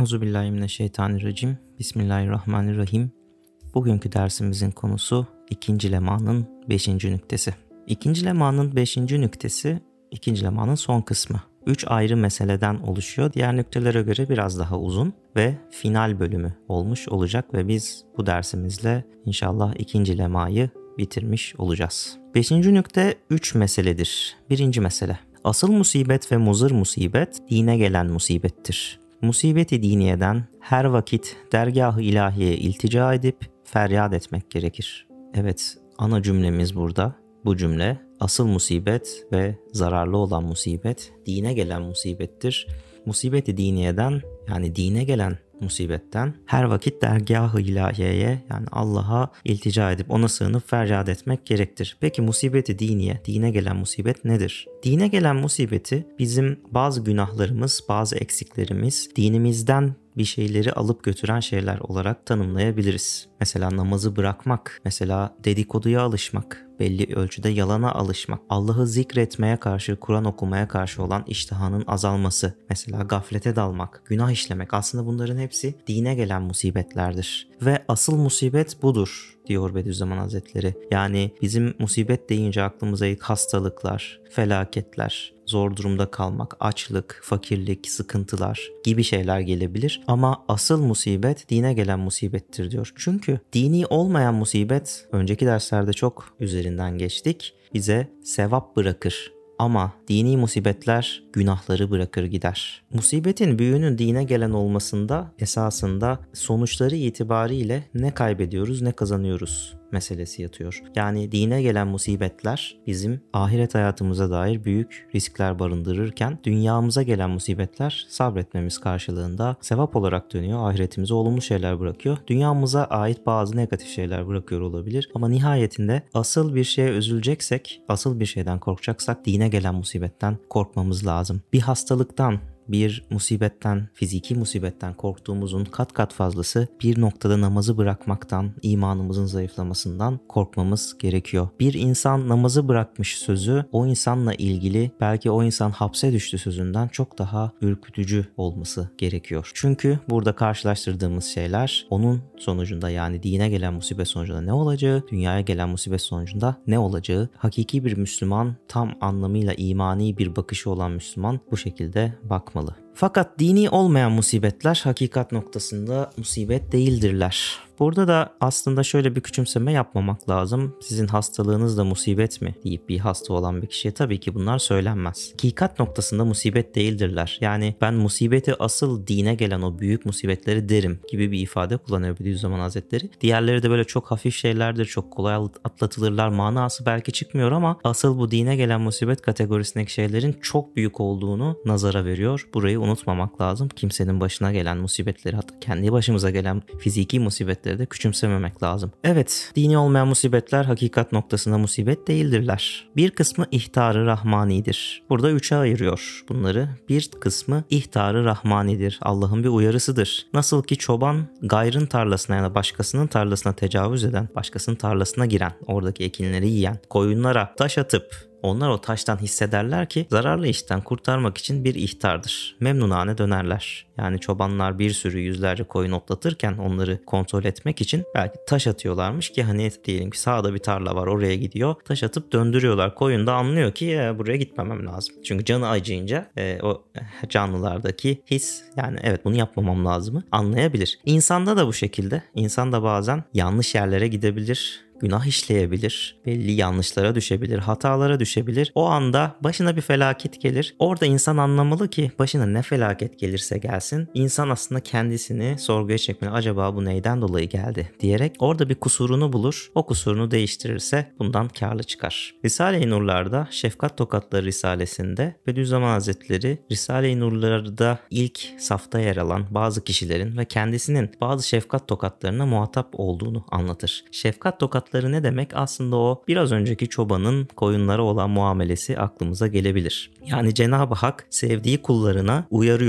Euzubillahimineşşeytanirracim. Bismillahirrahmanirrahim. Bugünkü dersimizin konusu ikinci lemanın 5. nüktesi. İkinci lemanın 5. nüktesi, ikinci lemanın son kısmı. 3 ayrı meseleden oluşuyor. Diğer nüktelere göre biraz daha uzun ve final bölümü olmuş olacak ve biz bu dersimizle inşallah ikinci lemayı bitirmiş olacağız. 5. nükte 3 meseledir. 1. mesele. Asıl musibet ve muzır musibet dine gelen musibettir. Musibeti diniyeden her vakit dergâh-ı ilahiye iltica edip feryat etmek gerekir. Evet, ana cümlemiz burada. Bu cümle asıl musibet ve zararlı olan musibet dine gelen musibettir. Musibeti diniyeden, yani dine gelen musibetten her vakit dergâh-ı ilahiyeye, yani Allah'a iltica edip ona sığınıp feryat etmek gerektir. Peki musibeti diniye, dine gelen musibet nedir? Dine gelen musibeti bizim bazı günahlarımız, bazı eksiklerimiz, dinimizden bir şeyleri alıp götüren şeyler olarak tanımlayabiliriz. Mesela namazı bırakmak, mesela dedikoduya alışmak, belli ölçüde yalana alışmak, Allah'ı zikretmeye karşı, Kur'an okumaya karşı olan iştihanın azalması, mesela gaflete dalmak, günah işlemek, aslında bunların hepsi dine gelen musibetlerdir. Ve asıl musibet budur diyor Bediüzzaman Hazretleri. Yani bizim musibet deyince aklımıza ilk hastalıklar, felaketler, zor durumda kalmak, açlık, fakirlik, sıkıntılar gibi şeyler gelebilir. Ama asıl musibet dine gelen musibettir diyor. Çünkü dini olmayan musibet, önceki derslerde çok üzerinden geçtik, bize sevap bırakır. Ama dini musibetler günahları bırakır gider. Musibetin büyüğünün dine gelen olmasında esasında sonuçları itibariyle ne kaybediyoruz ne kazanıyoruz meselesi yatıyor. Yani dine gelen musibetler bizim ahiret hayatımıza dair büyük riskler barındırırken dünyamıza gelen musibetler sabretmemiz karşılığında sevap olarak dönüyor. Ahiretimize olumlu şeyler bırakıyor. Dünyamıza ait bazı negatif şeyler bırakıyor olabilir. Ama nihayetinde asıl bir şeye üzüleceksek, asıl bir şeyden korkacaksak dine gelen musibetten korkmamız lazım. Bir hastalıktan, bir musibetten, fiziki musibetten korktuğumuzun kat kat fazlası bir noktada namazı bırakmaktan, imanımızın zayıflamasından korkmamız gerekiyor. Bir insan namazı bırakmış sözü o insanla ilgili, belki o insan hapse düştü sözünden çok daha ürkütücü olması gerekiyor. Çünkü burada karşılaştırdığımız şeyler onun sonucunda, yani dine gelen musibet sonucunda ne olacağı, dünyaya gelen musibet sonucunda ne olacağı. Hakiki bir Müslüman, tam anlamıyla imani bir bakışı olan Müslüman bu şekilde bakmalı. Fakat dini olmayan musibetler hakikat noktasında musibet değildirler. Burada da aslında şöyle bir küçümseme yapmamak lazım. Sizin hastalığınız da musibet mi deyip bir hasta olan bir kişiye tabii ki bunlar söylenmez. Hakikat noktasında musibet değildirler. Yani ben musibeti asıl dine gelen o büyük musibetleri derim gibi bir ifade kullanıyor Bediüzzaman Hazretleri. Diğerleri de böyle çok hafif şeylerdir, çok kolay atlatılırlar, manası belki çıkmıyor ama asıl bu dine gelen musibet kategorisindeki şeylerin çok büyük olduğunu nazara veriyor. Burayı unutmamak lazım. Kimsenin başına gelen musibetleri, hatta kendi başımıza gelen fiziki musibetleri de küçümsememek lazım. Evet, dini olmayan musibetler hakikat noktasında musibet değildirler. Bir kısmı ihtar-ı rahmanidir. Burada 3'e ayırıyor bunları. Bir kısmı ihtar-ı rahmanidir. Allah'ın bir uyarısıdır. Nasıl ki çoban gayrın tarlasına ya da başkasının tarlasına tecavüz eden, başkasının tarlasına giren, oradaki ekinleri yiyen koyunlara taş atıp onlar o taştan hissederler ki zararlı işten kurtarmak için bir ihtardır. Memnunane dönerler. Yani çobanlar bir sürü yüzlerce koyun otlatırken onları kontrol etmek için belki taş atıyorlarmış ki hani diyelim ki sağda bir tarla var, oraya gidiyor. Taş atıp döndürüyorlar. Koyun da anlıyor ki buraya gitmemem lazım. Çünkü canı acıyınca o canlılardaki his, yani evet bunu yapmamam lazımı anlayabilir. İnsanda da bu şekilde. İnsan da bazen yanlış yerlere gidebilir. Günah işleyebilir, belli yanlışlara düşebilir, hatalara düşebilir. O anda başına bir felaket gelir. Orada insan anlamalı ki başına ne felaket gelirse gelsin, insan aslında kendisini sorguya çekmeli. Acaba bu neyden dolayı geldi diyerek orada bir kusurunu bulur. O kusurunu değiştirirse bundan kârlı çıkar. Risale-i Nurlar'da Şefkat Tokatları Risalesi'nde Bediüzzaman Hazretleri Risale-i Nurlar'da ilk safta yer alan bazı kişilerin ve kendisinin bazı şefkat tokatlarına muhatap olduğunu anlatır. Şefkat tokatları ne demek? Aslında o biraz önceki çobanın koyunlara olan muamelesi aklımıza gelebilir. Yani Cenab-ı Hak sevdiği kullarına uyarıyor.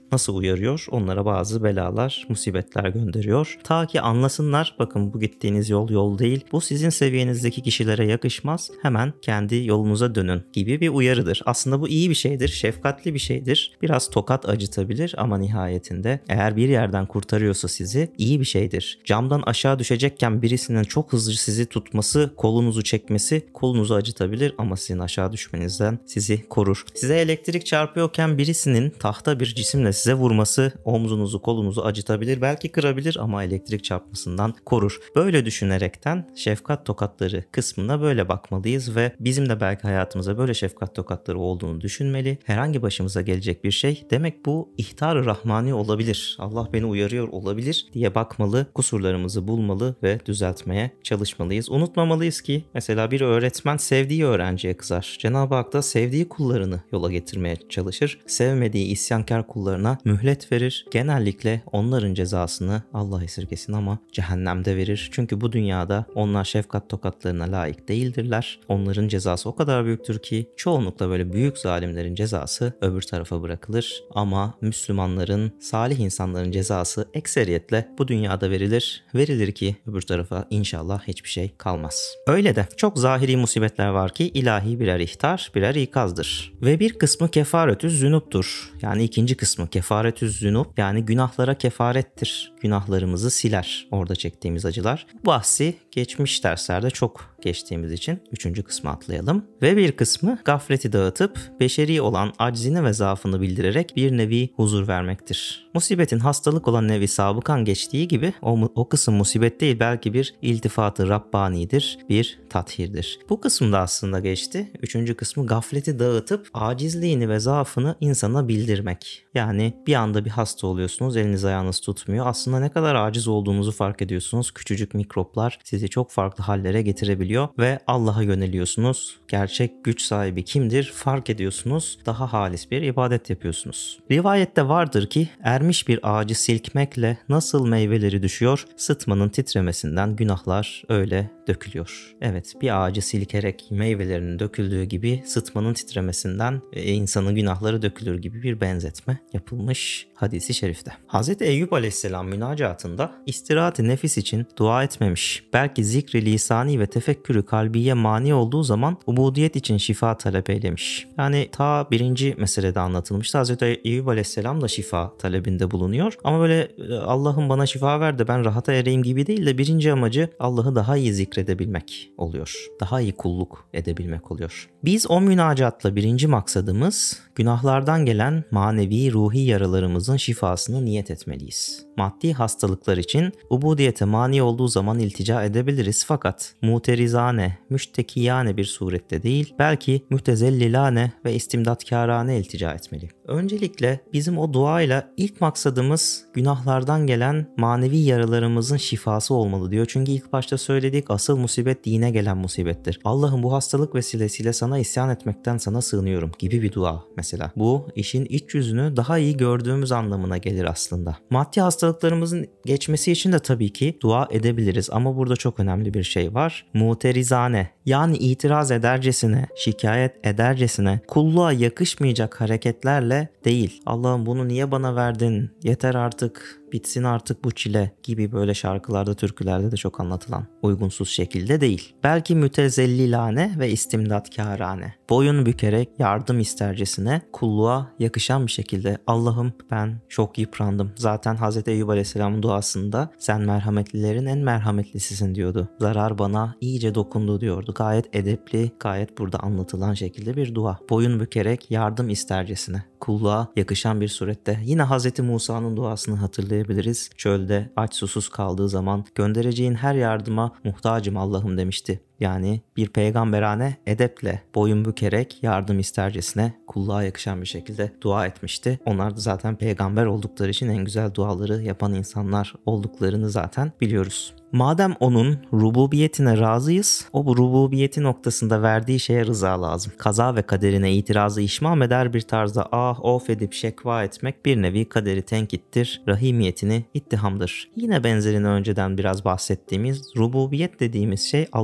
Nasıl uyarıyor? Onlara bazı belalar, musibetler gönderiyor. Ta ki anlasınlar, bakın bu gittiğiniz yol değil, bu sizin seviyenizdeki kişilere yakışmaz, hemen kendi yolunuza dönün gibi bir uyarıdır. Aslında bu iyi bir şeydir, şefkatli bir şeydir. Biraz tokat acıtabilir ama nihayetinde eğer bir yerden kurtarıyorsa sizi, iyi bir şeydir. Camdan aşağı düşecekken birisinin çok hızlı sizi tutması, kolunuzu çekmesi kolunuzu acıtabilir ama sizin aşağı düşmenizden sizi korur. Size elektrik çarpıyorken birisinin tahta bir cisimle size vurması omzunuzu, kolunuzu acıtabilir, belki kırabilir ama elektrik çarpmasından korur. Böyle düşünerekten şefkat tokatları kısmına böyle bakmalıyız ve bizim de belki hayatımıza böyle şefkat tokatları olduğunu düşünmeli. Herhangi başımıza gelecek bir şey, demek bu ihtar-ı rahmani olabilir, Allah beni uyarıyor olabilir diye bakmalı, kusurlarımızı bulmalı ve düzeltmeye çalışmalıyız. Unutmamalıyız ki mesela bir öğretmen sevdiği öğrenciye kızar. Cenab-ı Hak da sevdiği kullarını yola getirmeye çalışır. Sevmediği isyankar kullarına mühlet verir. Genellikle onların cezasını Allah esirgesin ama cehennemde verir. Çünkü bu dünyada onlar şefkat tokatlarına layık değildirler. Onların cezası o kadar büyüktür ki çoğunlukla böyle büyük zalimlerin cezası öbür tarafa bırakılır. Ama Müslümanların, salih insanların cezası ekseriyetle bu dünyada verilir. Verilir ki öbür tarafa inşallah hiçbir şey kalmaz. Öyle de çok zahiri musibetler var ki ilahi birer ihtar, birer ikazdır. Ve bir kısmı kefaretüz zünuptur. Yani ikinci kısmı kefaretüz zünub, yani günahlara kefarettir. Günahlarımızı siler orada çektiğimiz acılar. Bu bahsi geçmiş derslerde çok geçtiğimiz için 3. kısmı atlayalım. Ve bir kısmı gafleti dağıtıp beşeri olan aczini ve zaafını bildirerek bir nevi huzur vermektir. Musibetin hastalık olan nevi sabıkan geçtiği gibi o kısım musibet değil, belki bir iltifat-ı Rabbani'dir, bir tathirdir. Bu kısımda aslında geçti. 3. kısmı gafleti dağıtıp acizliğini ve zaafını insana bildirmek. Yani bir anda bir hasta oluyorsunuz, eliniz ayağınız tutmuyor. Aslında ne kadar aciz olduğunuzu fark ediyorsunuz. Küçücük mikroplar sizi çok farklı hallere getirebiliyor ve Allah'a yöneliyorsunuz. Gerçek güç sahibi kimdir fark ediyorsunuz. Daha halis bir ibadet yapıyorsunuz. Rivayette vardır ki ermiş bir ağacı silkmekle nasıl meyveleri düşüyor, sıtmanın titremesinden günahlar öyle dökülüyor. Evet, bir ağacı silkerek meyvelerinin döküldüğü gibi sıtmanın titremesinden insanın günahları dökülür gibi bir benzetme yapılmış hadisi şerifte. Hz. Eyüp Aleyhisselam münacatında istirahat-ı nefis için dua etmemiş. Belki zikri lisani ve tefekkürü kalbiye mani olduğu zaman ubudiyet için şifa talep eylemiş. Yani ta 1. meselede anlatılmıştı. Hz. Eyüp Aleyhisselam da şifa talebinde bulunuyor. Ama böyle Allah'ım bana şifa ver de ben rahata ereyim gibi değil de birinci amacı Allah'ı daha iyi zikredebilmek oluyor. Daha iyi kulluk edebilmek oluyor. Biz o münacatla birinci maksadımız günahlardan gelen manevi ruhi yaralarımızın şifasını niyet etmeliyiz. Maddi hastalıklar için ubudiyete mani olduğu zaman iltica edebiliriz fakat muterizane, müştekiyane bir surette değil, belki mütezellilane ve istimdatkârane iltica etmeli. Öncelikle bizim o duayla ilk maksadımız günahlardan gelen manevi yaralarımızın şifası olmalı diyor. Çünkü ilk başta söyledik, asıl musibet dine gelen musibettir. Allah'ım bu hastalık vesilesiyle sana isyan etmekten sana sığınıyorum gibi bir dua mesela. Bu işin iç yüzünü daha iyi gördüğümüz anlamına gelir aslında. Maddi hastalıklarımızın geçmesi için de tabii ki dua edebiliriz ama burada çok önemli bir şey var. Muterizane, yani itiraz edercesine, şikayet edercesine, kulluğa yakışmayacak hareketlerle değil. Allah'ım bunu niye bana verdin? Yeter artık, bitsin artık bu çile gibi böyle şarkılarda, türkülerde de çok anlatılan uygunsuz şekilde değil. Belki mütezellilane ve istimdatkârane. Boyun bükerek yardım istercesine, kulluğa yakışan bir şekilde Allah'ım ben çok yıprandım. Zaten Hz. Eyüp Aleyhisselam'ın duasında sen merhametlilerin en merhametlisisin diyordu. Zarar bana iyice dokundu diyordu. Gayet edepli, gayet burada anlatılan şekilde bir dua. Boyun bükerek yardım istercesine, kulluğa yakışan bir surette. Yine Hz. Musa'nın duasını hatırlayabiliriz. Çölde aç susuz kaldığı zaman göndereceğin her yardıma muhtacım Allah'ım demişti. Yani bir peygamberane edeple boyun bükerek yardım istercesine kulluğa yakışan bir şekilde dua etmişti. Onlar da zaten peygamber oldukları için en güzel duaları yapan insanlar olduklarını zaten biliyoruz. Madem onun rububiyetine razıyız, o rububiyeti noktasında verdiği şeye rıza lazım. Kaza ve kaderine itirazı işmam eder bir tarzda ah of edip şekva etmek bir nevi kaderi tenkittir, rahimiyetini ittihamdır. Yine benzerini önceden biraz bahsettiğimiz rububiyet dediğimiz şey Allah'ın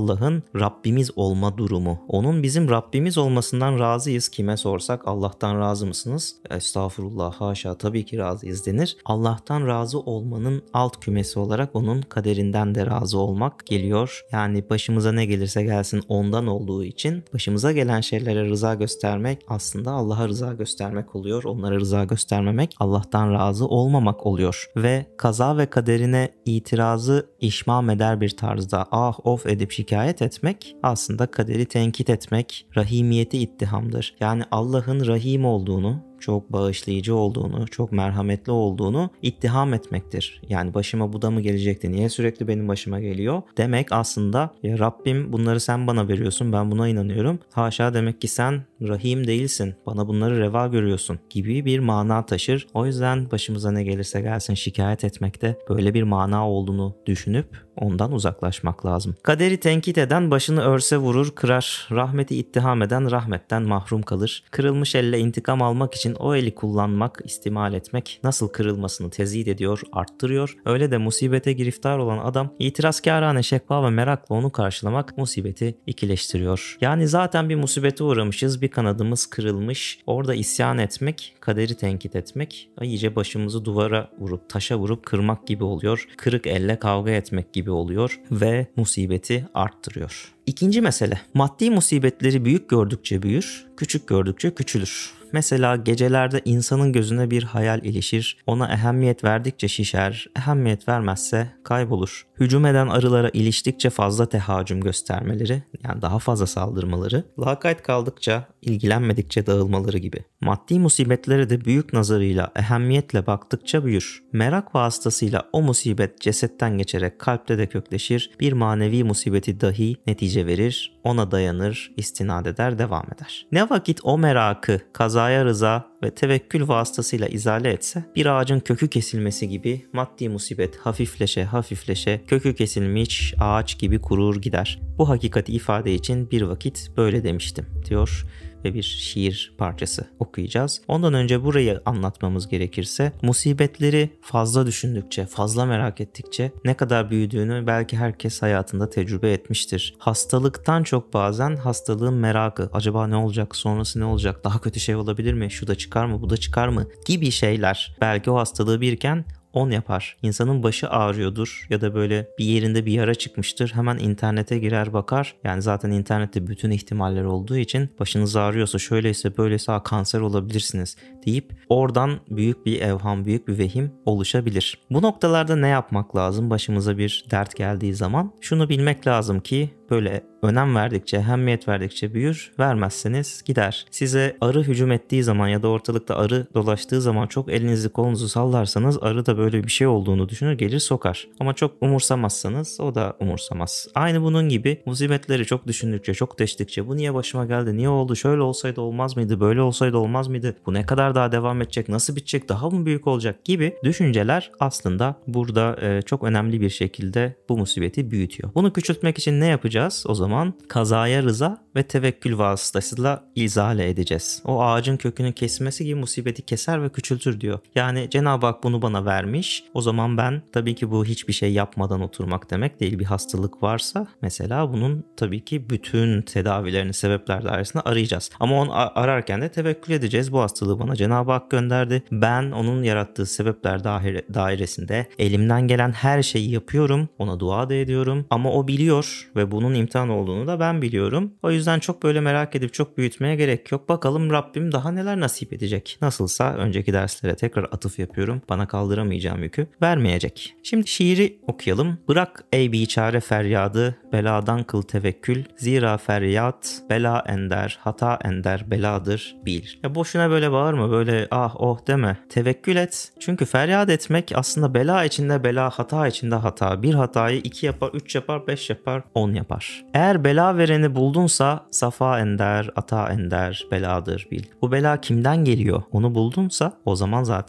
Allah'ın Rabbimiz olma durumu. Onun bizim Rabbimiz olmasından razıyız. Kime sorsak Allah'tan razı mısınız? Estağfurullah, haşa, tabii ki razıyız denir. Allah'tan razı olmanın alt kümesi olarak onun kaderinden de razı olmak geliyor. Yani başımıza ne gelirse gelsin ondan olduğu için başımıza gelen şeylere rıza göstermek aslında Allah'a rıza göstermek oluyor. Onlara rıza göstermemek Allah'tan razı olmamak oluyor. Ve kaza ve kaderine itirazı işmam eder bir tarzda ah of edip şikayet etmek aslında kaderi tenkit etmek, rahimiyeti ittihamdır. Yani Allah'ın rahim olduğunu, çok bağışlayıcı olduğunu, çok merhametli olduğunu ittiham etmektir. Yani başıma bu da mı gelecekti? Niye sürekli benim başıma geliyor? Demek aslında ya Rabbim bunları sen bana veriyorsun, ben buna inanıyorum. Haşa, demek ki sen rahim değilsin. Bana bunları reva görüyorsun gibi bir mana taşır. O yüzden başımıza ne gelirse gelsin şikayet etmekte böyle bir mana olduğunu düşünüp ondan uzaklaşmak lazım. Kaderi tenkit eden başını örse vurur, kırar. Rahmeti ittiham eden rahmetten mahrum kalır. Kırılmış elle intikam almak için o eli kullanmak, istimal etmek nasıl kırılmasını tezid ediyor, arttırıyor. Öyle de musibete giriftar olan adam itirazkârane şekva ve merakla onu karşılamak musibeti ikileştiriyor. Yani zaten bir musibete uğramışız, bir kanadımız kırılmış. Orada isyan etmek, kaderi tenkit etmek, iyice başımızı duvara vurup, taşa vurup kırmak gibi oluyor. Kırık elle kavga etmek gibi oluyor ve musibeti arttırıyor. İkinci mesele, maddi musibetleri büyük gördükçe büyür, küçük gördükçe küçülür. Mesela gecelerde insanın gözüne bir hayal ilişir, ona ehemmiyet verdikçe şişer, ehemmiyet vermezse kaybolur. Hücum eden arılara iliştikçe fazla tehacüm göstermeleri, yani daha fazla saldırmaları, lakayt kaldıkça, ilgilenmedikçe dağılmaları gibi. Maddi musibetlere de büyük nazarıyla, ehemmiyetle baktıkça büyür. Merak vasıtasıyla o musibet cesetten geçerek kalpte de kökleşir, bir manevi musibeti dahi netice verir, ona dayanır, istinad eder, devam eder. Ne vakit o merakı kazaya rıza ve tevekkül vasıtasıyla izale etse, bir ağacın kökü kesilmesi gibi maddi musibet hafifleşe hafifleşe kökü kesilmiş ağaç gibi kurur gider. Bu hakikati ifade için bir vakit böyle demiştim diyor ve bir şiir parçası okuyacağız. Ondan önce burayı anlatmamız gerekirse, musibetleri fazla düşündükçe, fazla merak ettikçe ne kadar büyüdüğünü belki herkes hayatında tecrübe etmiştir. Hastalıktan çok bazen hastalığın merakı, acaba ne olacak, sonrası ne olacak, daha kötü şey olabilir mi, şu da çıkar mı, bu da çıkar mı gibi şeyler belki o hastalığı birken 10 yapar. İnsanın başı ağrıyordur ya da böyle bir yerinde bir yara çıkmıştır. Hemen internete girer bakar. Yani zaten internette bütün ihtimaller olduğu için başınız ağrıyorsa, şöyleyse böyleyse kanser olabilirsiniz deyip oradan büyük bir evham, büyük bir vehim oluşabilir. Bu noktalarda ne yapmak lazım? Başımıza bir dert geldiği zaman şunu bilmek lazım ki böyle önem verdikçe, ehemmiyet verdikçe büyür, vermezseniz gider. Size arı hücum ettiği zaman ya da ortalıkta arı dolaştığı zaman çok elinizi kolunuzu sallarsanız arı da böyle bir şey olduğunu düşünür, gelir sokar. Ama çok umursamazsanız o da umursamaz. Aynı bunun gibi musibetleri çok düşündükçe, çok deştikçe, bu niye başıma geldi, niye oldu, şöyle olsaydı olmaz mıydı, böyle olsaydı olmaz mıydı, bu ne kadar daha devam edecek, nasıl bitecek, daha mı büyük olacak gibi düşünceler aslında burada çok önemli bir şekilde bu musibeti büyütüyor. Bunu küçültmek için ne yapacağız? O zaman kazaya rıza ve tevekkül vasıtasıyla izale edeceğiz. O ağacın kökünü kesmesi gibi musibeti keser ve küçültür diyor. Yani Cenab-ı Hak bunu bana vermiş. O zaman ben, tabii ki bu hiçbir şey yapmadan oturmak demek değil. Bir hastalık varsa mesela bunun tabii ki bütün tedavilerini sebepler dairesinde arayacağız. Ama onu ararken de tevekkül edeceğiz. Bu hastalığı bana Cenab-ı Hak gönderdi. Ben onun yarattığı sebepler dairesinde elimden gelen her şeyi yapıyorum. Ona dua da ediyorum. Ama o biliyor ve bunun imtihan olduğunu da ben biliyorum. O yüzden çok böyle merak edip çok büyütmeye gerek yok. Bakalım Rabbim daha neler nasip edecek. Nasılsa önceki derslere tekrar atıf yapıyorum. Bana kaldıramayacağım yükü vermeyecek. Şimdi şiiri okuyalım. Bırak ey biçare feryadı, beladan kıl tevekkül. Zira feryat bela ender, hata ender beladır bil. Ya boşuna böyle bağırma, böyle ah oh deme. Tevekkül et. Çünkü feryat etmek aslında bela içinde bela, hata içinde hata. Bir hatayı 2 yapar, 3 yapar, 5 yapar, 10 yapar. Eğer bela vereni buldunsa safa ender, ata ender, beladır bil. Bu bela kimden geliyor? Onu buldunsa o zaman zaten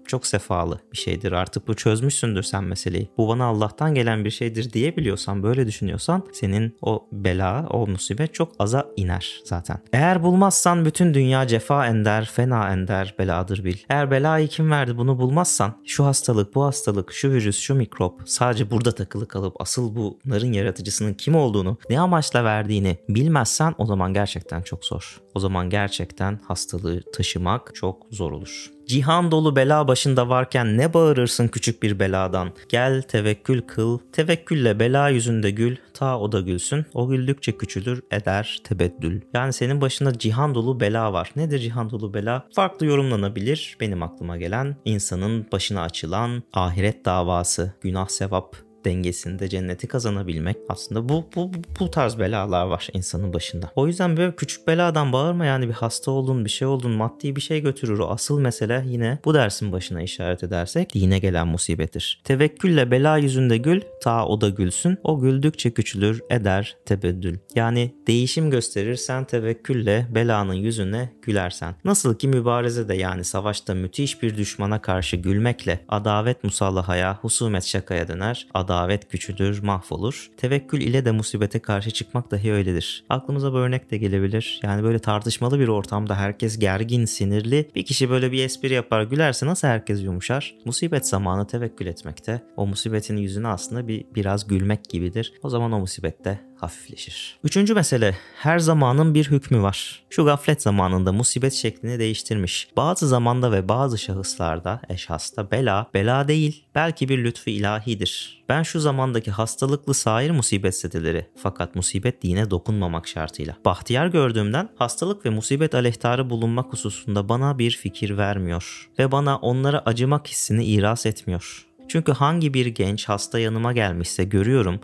çok sefalı bir şeydir. Artık bu çözmüşsündür sen meseleyi. Bu bana Allah'tan gelen bir şeydir diyebiliyorsan, böyle düşünüyorsan senin o bela, o musibet çok aza iner zaten. Eğer bulmazsan bütün dünya cefa ender, fena ender, beladır bil. Eğer belayı kim verdi bunu bulmazsan, şu hastalık, bu hastalık, şu virüs, şu mikrop sadece burada takılı kalıp asıl bunların yaratıcısının kim olduğunu, ne amaçla verdiğini bilmezsen o zaman gerçekten çok zor. O zaman gerçekten hastalığı taşımak çok zor olur. Cihan dolu bela başında varken ne bağırırsın küçük bir beladan? Gel tevekkül kıl, tevekkülle bela yüzünde gül, ta o da gülsün. O güldükçe küçülür eder tebeddül. Yani senin başında cihan dolu bela var. Nedir cihan dolu bela? Farklı yorumlanabilir. Benim aklıma gelen insanın başına açılan ahiret davası, günah sevap dengesinde cenneti kazanabilmek, aslında bu tarz belalar var insanın başında. O yüzden böyle küçük beladan bağırma, yani bir hasta oldun, bir şey oldun, maddi bir şey götürür. O asıl mesele yine bu dersin başına işaret edersek dine gelen musibettir. Tevekkülle bela yüzünde gül, ta o da gülsün. O güldükçe küçülür eder tebeddül. Yani değişim gösterirsen tevekkülle belanın yüzüne gülersen. Nasıl ki mübarezede, yani savaşta müthiş bir düşmana karşı gülmekle adavet musallahaya, husumet şakaya döner. Adavet küçülür, mahvolur. Tevekkül ile de musibete karşı çıkmak dahi öyledir. Aklımıza bu örnek de gelebilir. Yani böyle tartışmalı bir ortamda herkes gergin, sinirli. Bir kişi böyle bir espri yapar, gülerse nasıl herkes yumuşar? Musibet zamanı tevekkül etmekte, o musibetin yüzüne aslında biraz gülmek gibidir. O zaman o musibette hafifleşir. Üçüncü mesele, her zamanın bir hükmü var. Şu gaflet zamanında musibet şeklini değiştirmiş. Bazı zamanda ve bazı şahıslarda, eşhasta bela değil, belki bir lütfu ilahidir. Ben şu zamandaki hastalıklı sair musibetsedeleri, fakat musibet dine dokunmamak şartıyla bahtiyar gördüğümden hastalık ve musibet aleyhtarı bulunmak hususunda bana bir fikir vermiyor ve bana onlara acımak hissini iras etmiyor. Çünkü hangi bir genç hasta yanıma gelmişse görüyorum,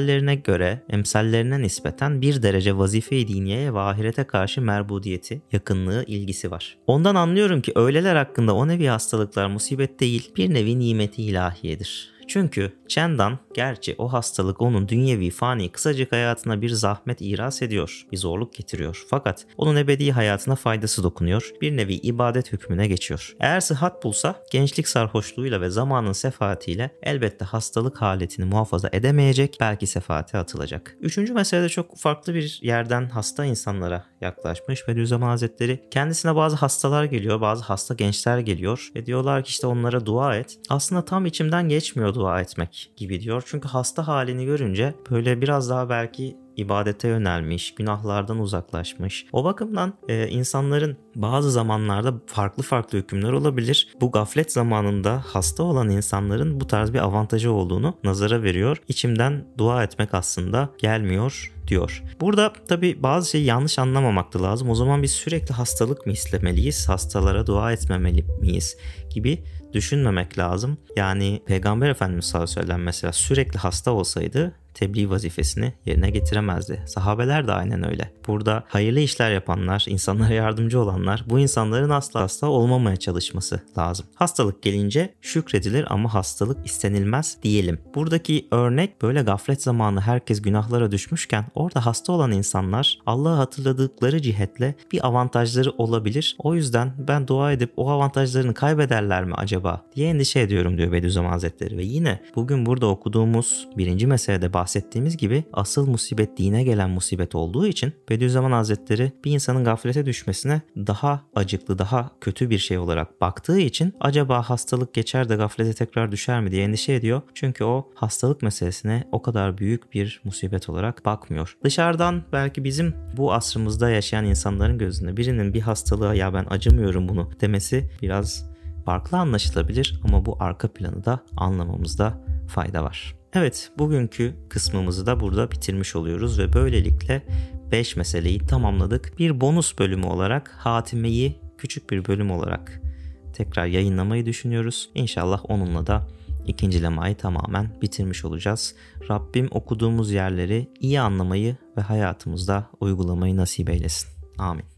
emsallerine nispeten bir derece vazife-i diniyeye ve ahirete karşı merbudiyeti, yakınlığı, ilgisi var. Ondan anlıyorum ki öyleler hakkında o nevi hastalıklar musibet değil, bir nevi nimeti ilahiyedir. Çünkü Çendan, gerçi o hastalık onun dünyevi fani kısacık hayatına bir zahmet iras ediyor, bir zorluk getiriyor. Fakat onun ebedi hayatına faydası dokunuyor, bir nevi ibadet hükmüne geçiyor. Eğer sıhhat bulsa, gençlik sarhoşluğuyla ve zamanın sefaatiyle elbette hastalık haletini muhafaza edemeyecek, belki sefaate atılacak. Üçüncü meselede çok farklı bir yerden hasta insanlara yaklaşmış. Bediüzzaman Hazretleri kendisine bazı hastalar geliyor, bazı hasta gençler geliyor ve diyorlar ki işte onlara dua et. Aslında tam içimden geçmiyor dua etmek gibi diyor. Çünkü hasta halini görünce böyle biraz daha belki ibadete yönelmiş, günahlardan uzaklaşmış. O bakımdan insanların bazı zamanlarda farklı hükümler olabilir. Bu gaflet zamanında hasta olan insanların bu tarz bir avantajı olduğunu nazara veriyor. İçimden dua etmek aslında gelmiyor diyor. Burada tabii bazı şeyi yanlış anlamamak da lazım. O zaman biz sürekli hastalık mı istemeliyiz? Hastalara dua etmemeli miyiz? Gibi düşünmemek lazım. Yani Peygamber Efendimiz sallallahu aleyhi ve sellem mesela sürekli hasta olsaydı tebliğ vazifesini yerine getiremezdi. Sahabeler de aynen öyle. Burada hayırlı işler yapanlar, insanlara yardımcı olanlar, bu insanların asla hasta olmamaya çalışması lazım. Hastalık gelince şükredilir ama hastalık istenilmez diyelim. Buradaki örnek böyle gaflet zamanı herkes günahlara düşmüşken orada hasta olan insanlar Allah'ı hatırladıkları cihetle bir avantajları olabilir. O yüzden ben dua edip o avantajlarını kaybederler mi acaba diye endişe ediyorum diyor Bediüzzaman Hazretleri. Ve yine bugün burada okuduğumuz birinci meselede bahsettiğimiz gibi asıl musibet dine gelen musibet olduğu için Bediüzzaman Hazretleri bir insanın gaflete düşmesine daha acıklı, daha kötü bir şey olarak baktığı için acaba hastalık geçer de gaflete tekrar düşer mi diye endişe ediyor. Çünkü o hastalık meselesine o kadar büyük bir musibet olarak bakmıyor. Dışarıdan belki bizim bu asrımızda yaşayan insanların gözünde birinin bir hastalığa ya ben acımıyorum bunu demesi biraz farklı anlaşılabilir ama bu arka planı da anlamamızda fayda var. Evet, bugünkü kısmımızı da burada bitirmiş oluyoruz ve böylelikle 5 meseleyi tamamladık. Bir bonus bölümü olarak hatimeyi küçük bir bölüm olarak tekrar yayınlamayı düşünüyoruz. İnşallah onunla da ikinci lemayı tamamen bitirmiş olacağız. Rabbim okuduğumuz yerleri iyi anlamayı ve hayatımızda uygulamayı nasip eylesin. Amin.